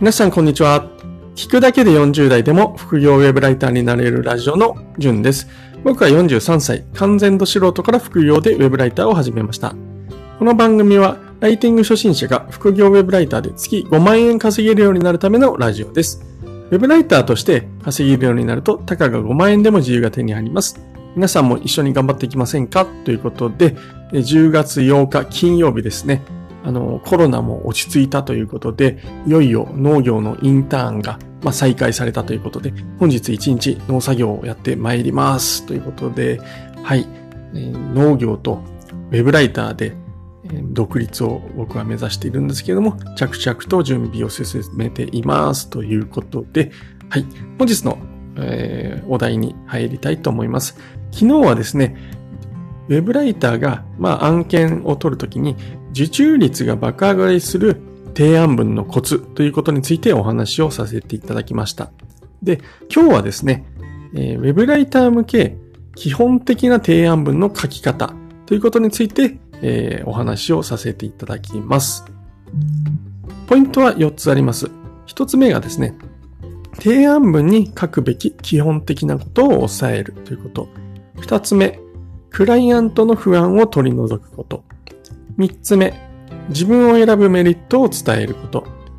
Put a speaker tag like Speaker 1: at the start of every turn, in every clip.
Speaker 1: 皆さんこんにちは。聞くだけで40代でも副業ウェブライターになれるラジオのじゅんです。僕は43歳、完全度素人から副業でウェブライターを始めました。この番組はライティング初心者が副業ウェブライターで月5万円稼げるようになるためのラジオです。ウェブライターとして稼げるようになるとたかが5万円でも自由が手に入ります。皆さんも一緒に頑張っていきませんかということで、10月8日金曜日ですね。コロナも落ち着いたということで、いよいよ農業のインターンが再開されたということで、本日1日農作業をやってまいりますということで、はい、農業とウェブライターで独立を僕は目指しているんですけれども、着々と準備を進めていますということで、はい、本日の、お題に入りたいと思います。昨日はですね、ウェブライターが案件を取るときに受注率が爆上がりする提案文のコツということについてお話をさせていただきました。で、今日はですね、ウェブライター向け基本的な提案文の書き方ということについて、お話をさせていただきます。ポイントは4つあります。1つ目がですね、提案文に書くべき基本的なことを抑えるということ。2つ目、クライアントの不安を取り除くこと。3つ目、自分を選ぶメリットを伝えること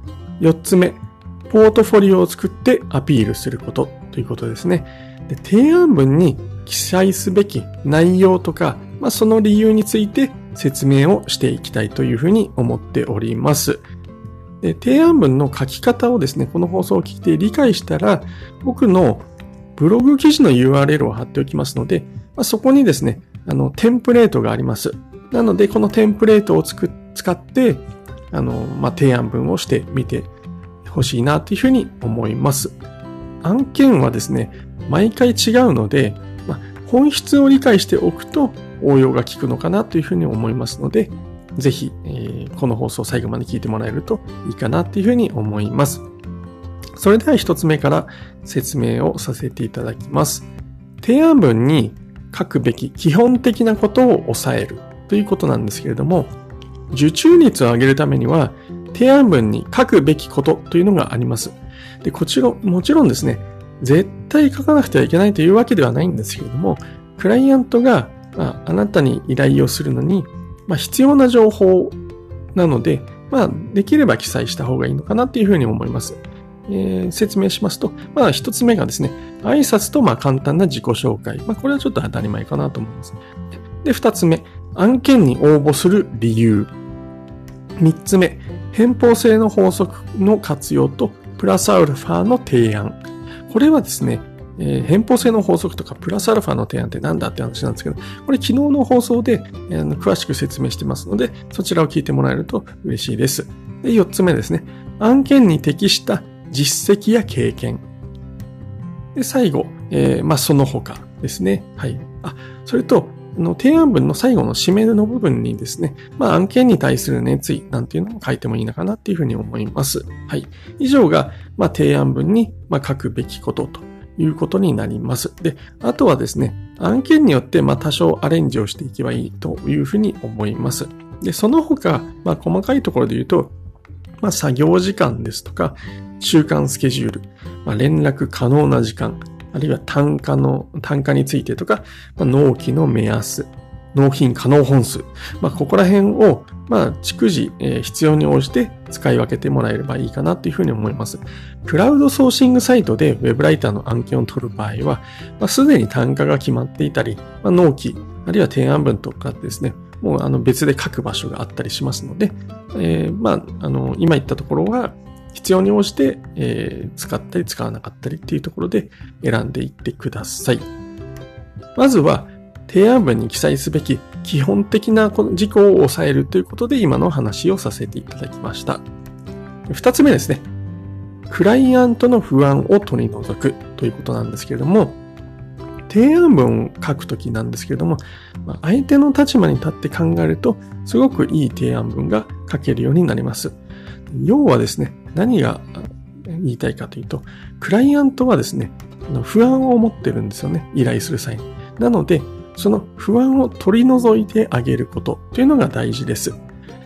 Speaker 1: 。4つ目、ポートフォリオを作ってアピールすることということですね。で、提案文に記載すべき内容とか、その理由について説明をしていきたいというふうに思っております。で、提案文の書き方をですね、この放送を聞いて理解したら、僕のブログ記事の URL を貼っておきますので、そこにですね、テンプレートがあります。なので、このテンプレートを使って、提案文をしてみてほしいなというふうに思います。案件はですね、毎回違うので、本質を理解しておくと応用が効くのかなというふうに思いますので、ぜひ、この放送を最後まで聞いてもらえるといいかなというふうに思います。それでは一つ目から説明をさせていただきます。提案文に書くべき基本的なことを抑えるということなんですけれども、受注率を上げるためには提案文に書くべきことというのがあります。で、もちろんですね、絶対書かなくてはいけないというわけではないんですけれども、クライアントが、あなたに依頼をするのに、必要な情報なので、できれば記載した方がいいのかなというふうに思います。説明しますと、一つ目がですね、挨拶と簡単な自己紹介。これはちょっと当たり前かなと思います。で、二つ目、案件に応募する理由。三つ目、偏方性の法則の活用とプラスアルファの提案。これはですね、偏方性の法則とかプラスアルファの提案って何だって話なんですけど、これ昨日の放送で詳しく説明してますので、そちらを聞いてもらえると嬉しいです。で、四つ目ですね、案件に適した実績や経験。で、最後、その他ですね。はい。それと、提案文の最後の締めの部分にですね、案件に対する熱意なんていうのも書いてもいいのかなっていうふうに思います。はい。以上が、提案文に、書くべきことということになります。で、あとはですね、案件によって多少アレンジをしていけばいいというふうに思います。で、その他、細かいところで言うと、作業時間ですとか、週間スケジュール、連絡可能な時間、あるいは単価についてとか、納期の目安、納品可能本数、ここら辺を、逐次、必要に応じて使い分けてもらえればいいかなというふうに思います。クラウドソーシングサイトでウェブライターの案件を取る場合は、すでに単価が決まっていたり、納期、あるいは提案文とかですね、もう別で書く場所があったりしますので、今言ったところは必要に応じて、使ったり使わなかったりっていうところで選んでいってください。まずは提案文に記載すべき基本的な事項を抑えるということで今の話をさせていただきました。二つ目ですね。クライアントの不安を取り除くということなんですけれども、提案文を書くときなんですけれども、相手の立場に立って考えるとすごくいい提案文が書けるようになります。要はですね、何が言いたいかというと、クライアントはですね、不安を持ってるんですよね、依頼する際に。なので、その不安を取り除いてあげることというのが大事です。で、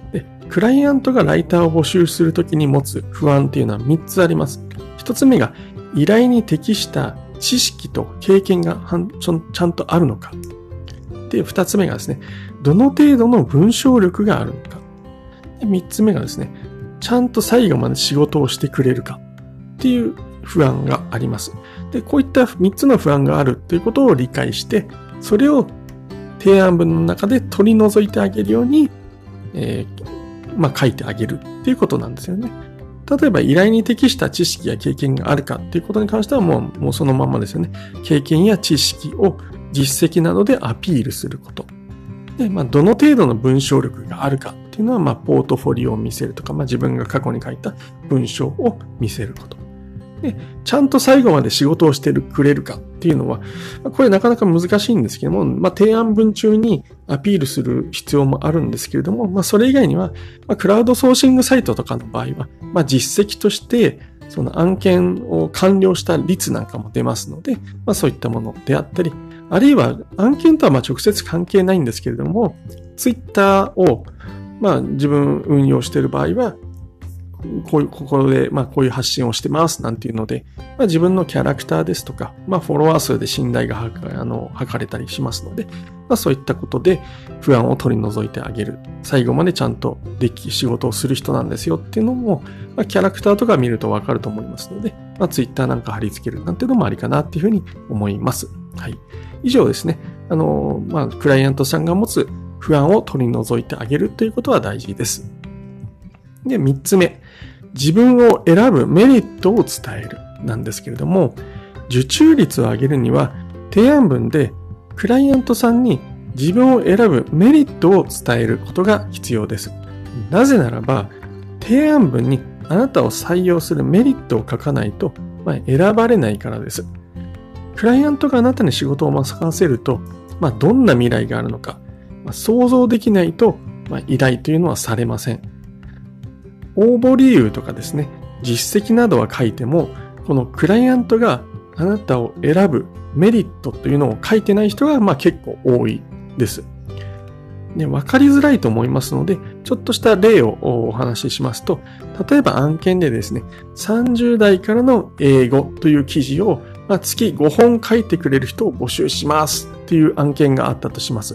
Speaker 1: クライアントがライターを募集するときに持つ不安っていうのは3つあります。1つ目が依頼に適した知識と経験がちゃんとあるのか。で、2つ目がですね、どの程度の文章力があるのか。で、3つ目がですね、ちゃんと最後まで仕事をしてくれるかっていう不安があります。で、こういった3つの不安があるということを理解して、それを提案文の中で取り除いてあげるように、書いてあげるっていうことなんですよね。例えば依頼に適した知識や経験があるかっていうことに関してはもうそのままですよね。経験や知識を実績などでアピールすること。で、どの程度の文章力があるかっていうのは、ポートフォリオを見せるとか、自分が過去に書いた文章を見せること。で、ちゃんと最後まで仕事をしてくれるかっていうのは、これなかなか難しいんですけども、提案文中にアピールする必要もあるんですけれども、それ以外には、クラウドソーシングサイトとかの場合は、実績として、その案件を完了した率なんかも出ますので、そういったものであったり、あるいは案件とは直接関係ないんですけれども、ツイッターを、自分運用している場合は、ここで、こういう発信をしてますなんていうので、自分のキャラクターですとか、フォロワー数で信頼が測れたりしますので、そういったことで不安を取り除いてあげる。最後までちゃんと仕事をする人なんですよっていうのも、キャラクターとか見るとわかると思いますので、ツイッターなんか貼り付けるなんていうのもありかなっていうふうに思います。はい。以上ですね。クライアントさんが持つ不安を取り除いてあげるということは大事です。で、3つ目。自分を選ぶメリットを伝えるなんですけれども、受注率を上げるには提案文でクライアントさんに自分を選ぶメリットを伝えることが必要です。なぜならば、提案文にあなたを採用するメリットを書かないと、選ばれないからです。クライアントがあなたに仕事を任せると、どんな未来があるのか、想像できないと、依頼というのはされません。応募理由とかですね、実績などは書いても、このクライアントがあなたを選ぶメリットというのを書いてない人が結構多いです。わかりづらいと思いますので、ちょっとした例をお話ししますと、例えば案件でですね、30代からの英語という記事を月5本書いてくれる人を募集しますっていう案件があったとします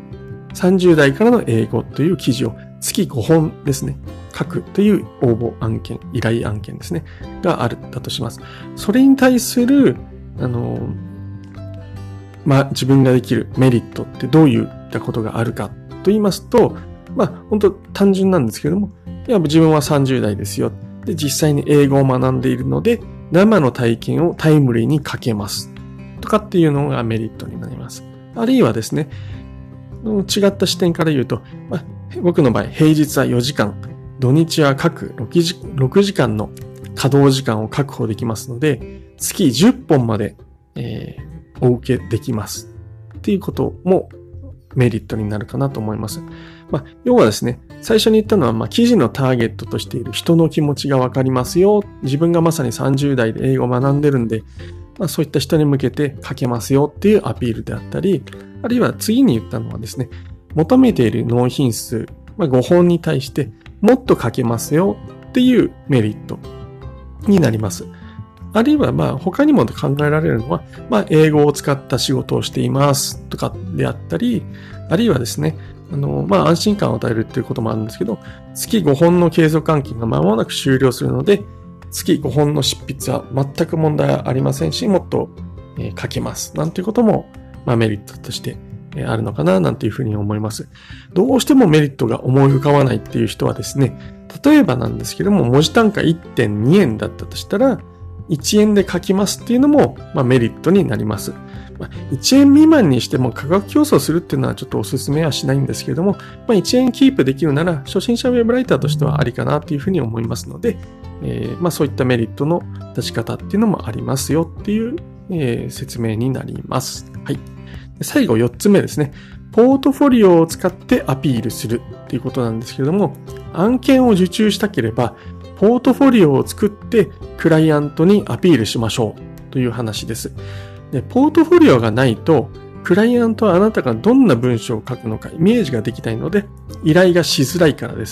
Speaker 1: 。30代からの英語という記事を月5本ですね、書くという応募案件、依頼案件ですね、があったとします。それに対する、自分ができるメリットってどういったことがあるかと言いますと、本当単純なんですけれども、自分は30代ですよ。で、実際に英語を学んでいるので、生の体験をタイムリーに書けます。とかっていうのがメリットになります。あるいはですね、違った視点から言うと、僕の場合、平日は4時間、土日は各6時間の稼働時間を確保できますので、月10本まで、お受けできます。っていうこともメリットになるかなと思います。要はですね、最初に言ったのは、記事のターゲットとしている人の気持ちがわかりますよ。自分がまさに30代で英語を学んでるんで、そういった人に向けて書けますよっていうアピールであったり、あるいは次に言ったのはですね、求めている納品数、5本に対してもっと書けますよっていうメリットになります。あるいは他にも考えられるのは、英語を使った仕事をしていますとかであったり、あるいはですね、安心感を与えるっていうこともあるんですけど、月5本の継続案件が間もなく終了するので、月5本の執筆は全く問題ありませんし、もっと書けます。なんていうことも、メリットとしてあるのかな、なんていうふうに思います。どうしてもメリットが思い浮かばないっていう人はですね、例えばなんですけども、文字単価 1.2 円だったとしたら、1円で書きますっていうのも、メリットになります。1円未満にしても価格競争するっていうのはちょっとお勧めはしないんですけれども、1円キープできるなら初心者ウェブライターとしてはありかなというふうに思いますので、そういったメリットの出し方っていうのもありますよっていう、説明になります。はい。最後4つ目ですね。ポートフォリオを使ってアピールするっていうことなんですけれども、案件を受注したければ、ポートフォリオを作ってクライアントにアピールしましょうという話です。で、ポートフォリオがないと、クライアントはあなたがどんな文章を書くのかイメージができないので、依頼がしづらいからです。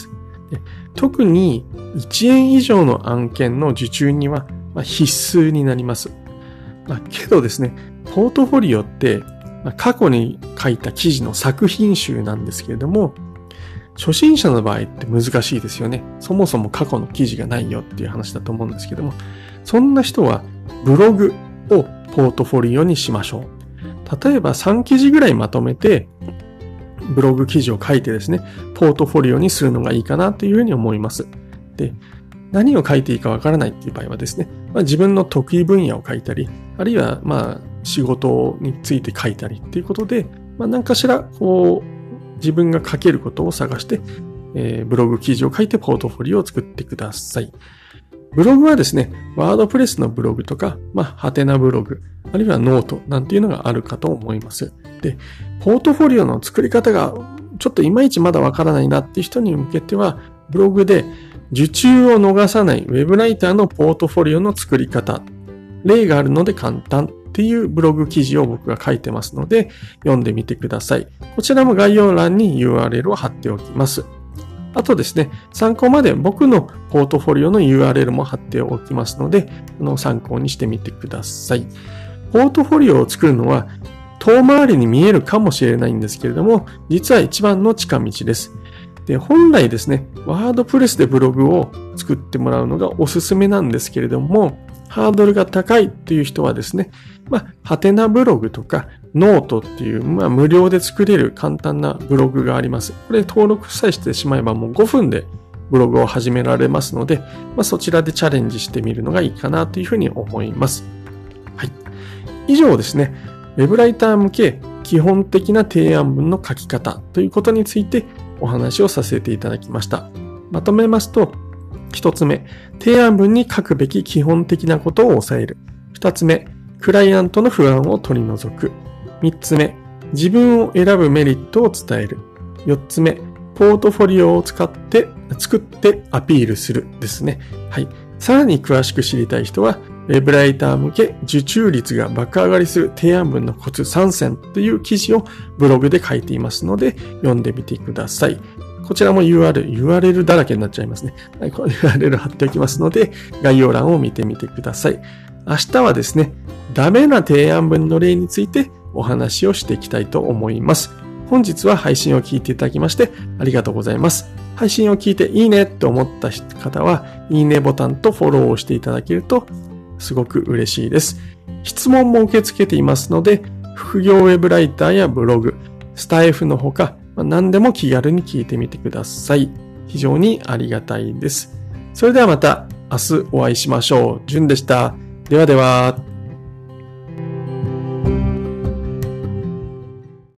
Speaker 1: で特に1円以上の案件の受注には必須になります。けどですね、ポートフォリオって過去に書いた記事の作品集なんですけれども、初心者の場合って難しいですよね。そもそも過去の記事がないよっていう話だと思うんですけども、そんな人はブログをポートフォリオにしましょう。例えば3記事ぐらいまとめて、ブログ記事を書いてですね、ポートフォリオにするのがいいかなというふうに思います。で、何を書いていいかわからないっていう場合はですね、自分の得意分野を書いたり、あるいは仕事について書いたりっていうことで、何かしら自分が書けることを探して、ブログ記事を書いてポートフォリオを作ってください。ブログはですね、ワードプレスのブログとか、ハテナブログ、あるいはノートなんていうのがあるかと思います。で、ポートフォリオの作り方がちょっといまいちまだわからないなっていう人に向けては、ブログで受注を逃さないウェブライターのポートフォリオの作り方、例があるので簡単っていうブログ記事を僕が書いてますので、読んでみてください。こちらも概要欄に URL を貼っておきます。あとですね、参考まで僕のポートフォリオの URL も貼っておきますので、参考にしてみてください。ポートフォリオを作るのは遠回りに見えるかもしれないんですけれども、実は一番の近道です。で、本来ですね、ワードプレスでブログを作ってもらうのがおすすめなんですけれども、ハードルが高いっていう人はですね、ハテナブログとかノートっていう、無料で作れる簡単なブログがあります。これ登録さえしてしまえばもう5分でブログを始められますので、そちらでチャレンジしてみるのがいいかなというふうに思います。はい。以上ですね、ウェブライター向け基本的な提案文の書き方ということについてお話をさせていただきました。まとめますと、一つ目、提案文に書くべき基本的なことを抑える。二つ目、クライアントの不安を取り除く。三つ目、自分を選ぶメリットを伝える。四つ目、ポートフォリオを作ってアピールするですね。はい。さらに詳しく知りたい人は、ウェブライター向け受注率が爆上がりする提案文のコツ3選という記事をブログで書いていますので、読んでみてください。こちらも URL だらけになっちゃいますね。はい、この URL 貼っておきますので、概要欄を見てみてください。明日はですね、ダメな提案文の例についてお話をしていきたいと思います。本日は配信を聞いていただきましてありがとうございます。配信を聞いていいねと思った方は、いいねボタンとフォローをしていただけるとすごく嬉しいです。質問も受け付けていますので、副業ウェブライターやブログ、スタイフのほか、何でも気軽に聞いてみてください。非常にありがたいです。それではまた明日お会いしましょう。じゅんでした。ではでは。